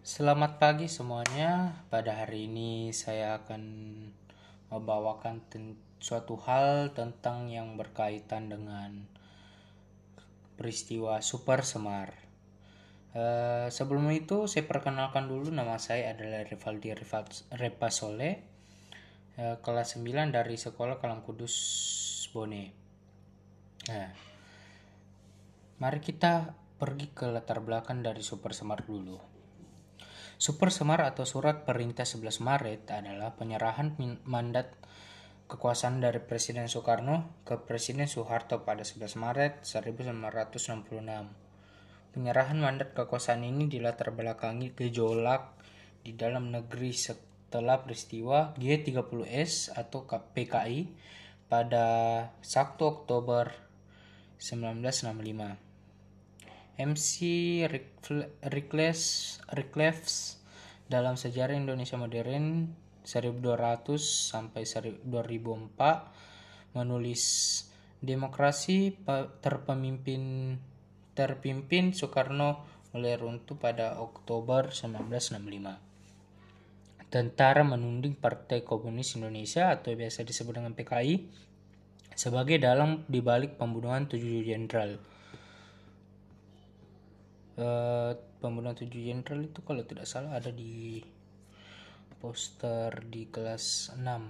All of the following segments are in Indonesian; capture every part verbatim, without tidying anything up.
Selamat pagi semuanya. Pada hari ini saya akan membawakan ten- suatu hal tentang yang berkaitan dengan peristiwa Super Semar. Eh, sebelum itu saya perkenalkan dulu, nama saya adalah Rivaldi Riva- Repasole, eh, kelas sembilan dari Sekolah Kalang Kudus Bone. Nah, mari kita pergi ke latar belakang dari Super Semar dulu. Super Semar atau Surat Perintah sebelas Maret adalah penyerahan mandat kekuasaan dari Presiden Soekarno ke Presiden Soeharto pada sebelas Maret seribu sembilan ratus enam puluh enam. Penyerahan mandat kekuasaan ini dilatar belakangi gejolak di dalam negeri setelah peristiwa G tiga puluh S atau P K I pada satu Oktober seribu sembilan ratus enam puluh lima. M C Rickles dalam Sejarah Indonesia Modern seribu dua ratus sampai dua ribu empat menulis demokrasi terpimpin terpimpin Soekarno mulai runtuh pada Oktober seribu sembilan ratus enam puluh lima. Tentara menuding Partai Komunis Indonesia atau biasa disebut dengan P K I sebagai dalang dibalik pembunuhan tujuh jenderal. Uh, pembunuhan tujuh jenderal itu kalau tidak salah ada di poster di kelas enam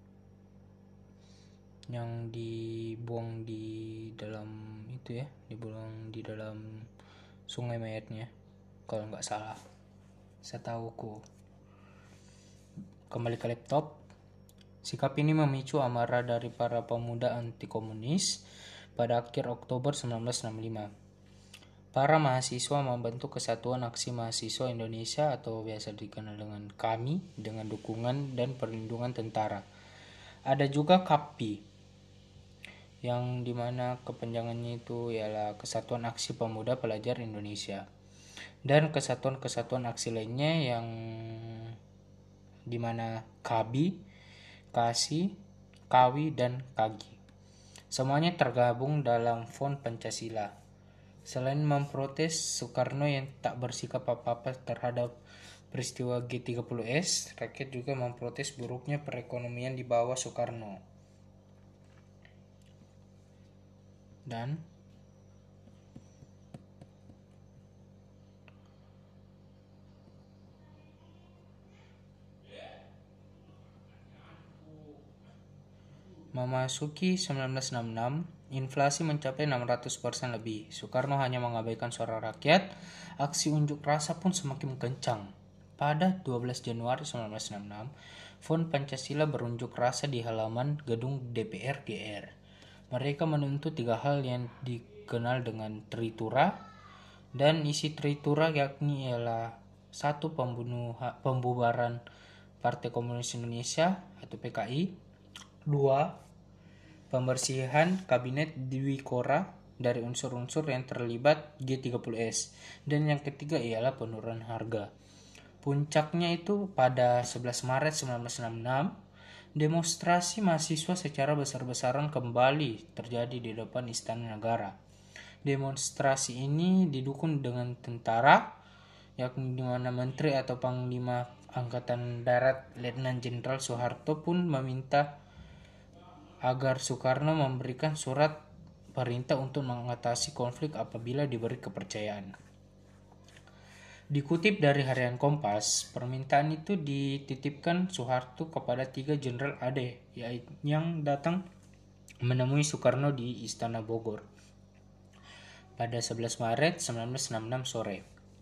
yang dibuang di dalam itu ya, dibuang di dalam sungai mayatnya kalau nggak salah, setahuku. Kembali ke laptop. Sikap ini memicu amarah dari para pemuda anti komunis pada akhir Oktober seribu sembilan ratus enam puluh lima. Para mahasiswa membentuk Kesatuan Aksi Mahasiswa Indonesia atau biasa dikenal dengan KAMI dengan dukungan dan perlindungan tentara. Ada juga KAPI yang dimana kepanjangannya itu ialah Kesatuan Aksi Pemuda Pelajar Indonesia, dan kesatuan-kesatuan aksi lainnya yang dimana KABI, KASI, KAWI, dan KAGI. Semuanya tergabung dalam Front Pancasila. Selain memprotes Soekarno yang tak bersikap apa-apa terhadap peristiwa G tiga puluh S, rakyat juga memprotes buruknya perekonomian di bawah Soekarno. Dan memasuki seribu sembilan ratus enam puluh enam, inflasi mencapai enam ratus persen lebih. Soekarno hanya mengabaikan suara rakyat. Aksi unjuk rasa pun semakin kencang. Pada dua belas Januari seribu sembilan ratus enam puluh enam, Front Pancasila berunjuk rasa di halaman gedung D P R G R. Mereka menuntut tiga hal yang dikenal dengan tritura, dan isi tritura yakni ialah satu, pembubaran Partai Komunis Indonesia atau P K I. Dua, pembersihan kabinet Dwikora dari unsur-unsur yang terlibat G tiga puluh S. Dan yang ketiga ialah penurunan harga. Puncaknya itu pada sebelas Maret seribu sembilan ratus enam puluh enam, demonstrasi mahasiswa secara besar-besaran kembali terjadi di depan Istana Negara. Demonstrasi ini didukung dengan tentara, yakni di mana Menteri atau Panglima Angkatan Darat Letnan Jenderal Soeharto pun meminta agar Soekarno memberikan surat perintah untuk mengatasi konflik apabila diberi kepercayaan. Dikutip dari harian Kompas, permintaan itu dititipkan Soeharto kepada tiga jenderal A D yang datang menemui Soekarno di Istana Bogor pada sebelas Maret seribu sembilan ratus enam puluh enam sore.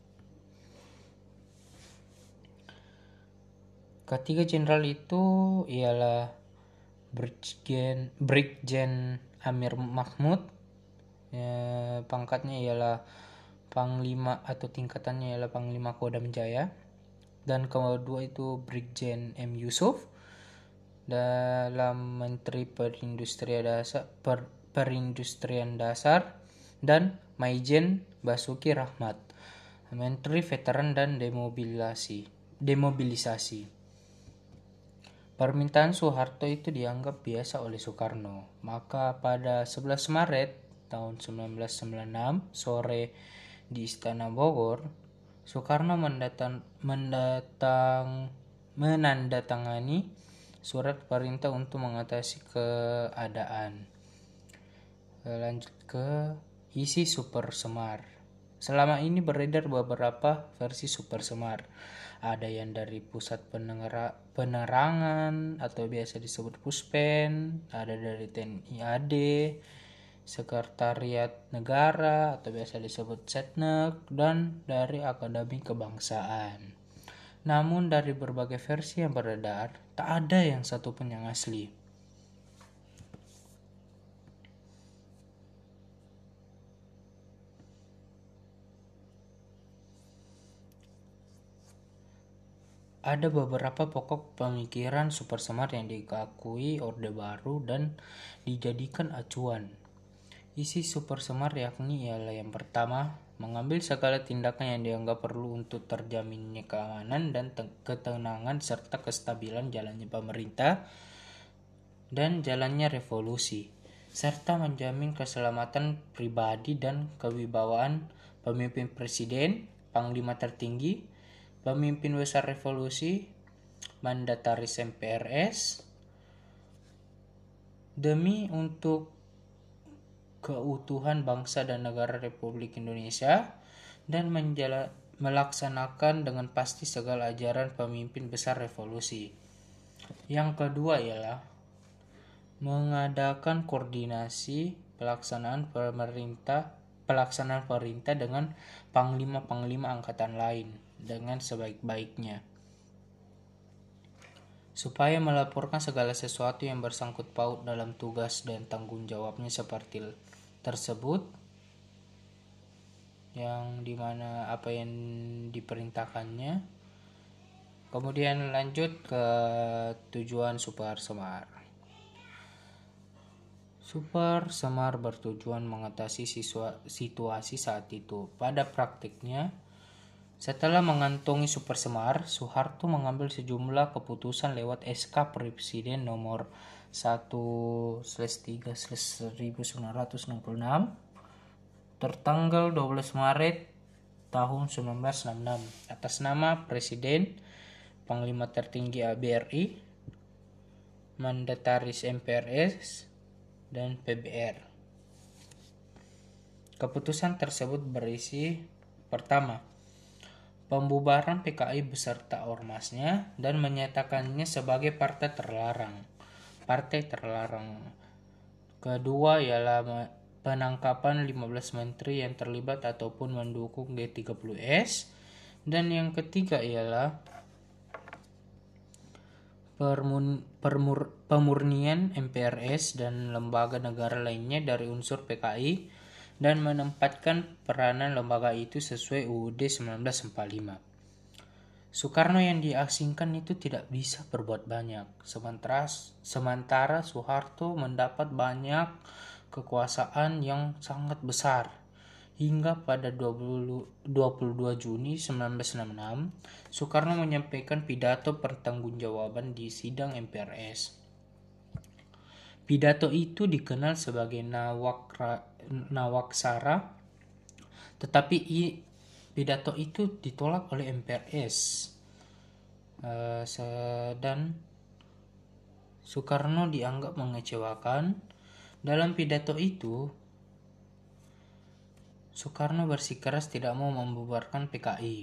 Ketiga jenderal itu ialah Brigjen, Brigjen Amir Mahmud, eh, pangkatnya ialah Panglima atau tingkatannya ialah Panglima Kodam Jaya, dan kedua itu Brigjen M. Yusuf dalam Menteri Perindustrian Dasar, per, Perindustrian Dasar, dan Maijen Basuki Rahmat, Menteri Veteran dan Demobilisasi. Demobilisasi. Permintaan Soeharto itu dianggap biasa oleh Soekarno. Maka pada sebelas Maret tahun seribu sembilan ratus sembilan puluh enam sore di Istana Bogor, Soekarno mendatang, mendatang, menandatangani surat perintah untuk mengatasi keadaan. Lanjut ke isi Super Semar. Selama ini beredar beberapa versi Super Semar. Ada yang dari Pusat Penengera, Penerangan atau biasa disebut Puspen, ada dari T N I A D, Sekretariat Negara atau biasa disebut Setnek, dan dari Akademi Kebangsaan. Namun dari berbagai versi yang beredar, tak ada yang satupun yang asli. Ada beberapa pokok pemikiran Super Semar yang diakui Orde Baru dan dijadikan acuan. Isi Super Semar yakni ialah yang pertama, mengambil segala tindakan yang dianggap perlu untuk terjaminnya keamanan dan ketenangan serta kestabilan jalannya pemerintah dan jalannya revolusi, serta menjamin keselamatan pribadi dan kewibawaan pemimpin presiden, panglima tertinggi, pemimpin besar revolusi, mandataris M P R S, demi untuk keutuhan bangsa dan negara Republik Indonesia, dan menjala, melaksanakan dengan pasti segala ajaran pemimpin besar revolusi. Yang kedua ialah mengadakan koordinasi pelaksanaan pemerintah pelaksanaan perintah dengan panglima-panglima angkatan lain dengan sebaik-baiknya, supaya melaporkan segala sesuatu yang bersangkut paut dalam tugas dan tanggung jawabnya seperti tersebut, yang dimana apa yang diperintahkannya. Kemudian lanjut ke tujuan Super Semar. Super Semar bertujuan mengatasi siswa, situasi saat itu. Pada praktiknya, setelah mengantongi Super Semar, Soeharto mengambil sejumlah keputusan lewat S K Presiden nomor satu tiga seribu sembilan ratus enam puluh enam tertanggal dua belas Maret tahun seribu sembilan ratus enam puluh enam atas nama Presiden, Panglima Tertinggi A B R I, Mandataris M P R S, dan P B R. Keputusan tersebut berisi: pertama, pembubaran P K I beserta ormasnya dan menyatakannya sebagai partai terlarang. Partai terlarang. Kedua ialah penangkapan lima belas menteri yang terlibat ataupun mendukung G tiga puluh S. Dan yang ketiga ialah permun, permur, pemurnian M P R S dan lembaga negara lainnya dari unsur P K I dan menempatkan peranan lembaga itu sesuai U U D seribu sembilan ratus empat puluh lima. Soekarno yang diasingkan itu tidak bisa berbuat banyak, sementara sementara Soeharto mendapat banyak kekuasaan yang sangat besar. Hingga pada dua puluh dua Juni seribu sembilan ratus enam puluh enam, Soekarno menyampaikan pidato pertanggungjawaban di sidang M P R S. Pidato itu dikenal sebagai Nawakra, Nawaksara, tetapi i, pidato itu ditolak oleh M P R S. Uh, dan Soekarno dianggap mengecewakan. Dalam pidato itu, Soekarno bersikeras tidak mau membubarkan P K I.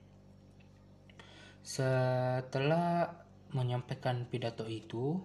Setelah menyampaikan pidato itu,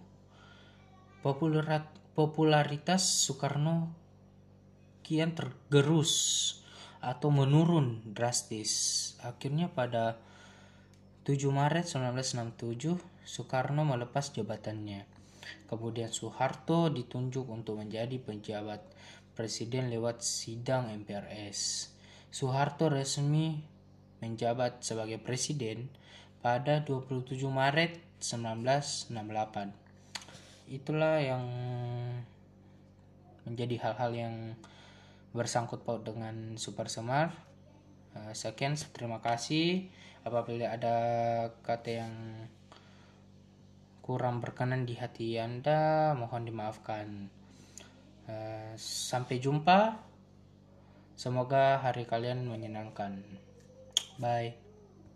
popularitas Soekarno kian tergerus atau menurun drastis. Akhirnya pada tujuh Maret seribu sembilan ratus enam puluh tujuh, Soekarno melepas jabatannya. Kemudian Soeharto ditunjuk untuk menjadi penjabat presiden lewat sidang M P R S. Soeharto resmi menjabat sebagai presiden pada dua puluh tujuh Maret seribu sembilan ratus enam puluh delapan. Itulah yang menjadi hal-hal yang bersangkut paut dengan Super Semar. Sekian, terima kasih. Apabila ada kata yang kurang berkenan di hati Anda, mohon dimaafkan. Sampai jumpa. Semoga hari kalian menyenangkan. Bye.